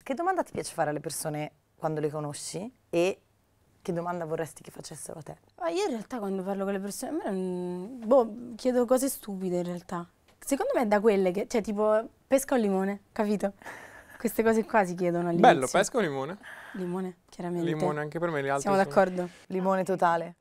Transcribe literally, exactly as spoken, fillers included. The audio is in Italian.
Che domanda ti piace fare alle persone quando le conosci e che domanda vorresti che facessero a te? Ma io in realtà quando parlo con le persone, a me non- boh, chiedo cose stupide in realtà. Secondo me è da quelle che, cioè tipo, pesca o limone, capito? Queste cose qua si chiedono all'inizio. Bello, pesca o limone? Limone, chiaramente. Limone anche per me, gli altri Siamo sono- d'accordo? Limone totale.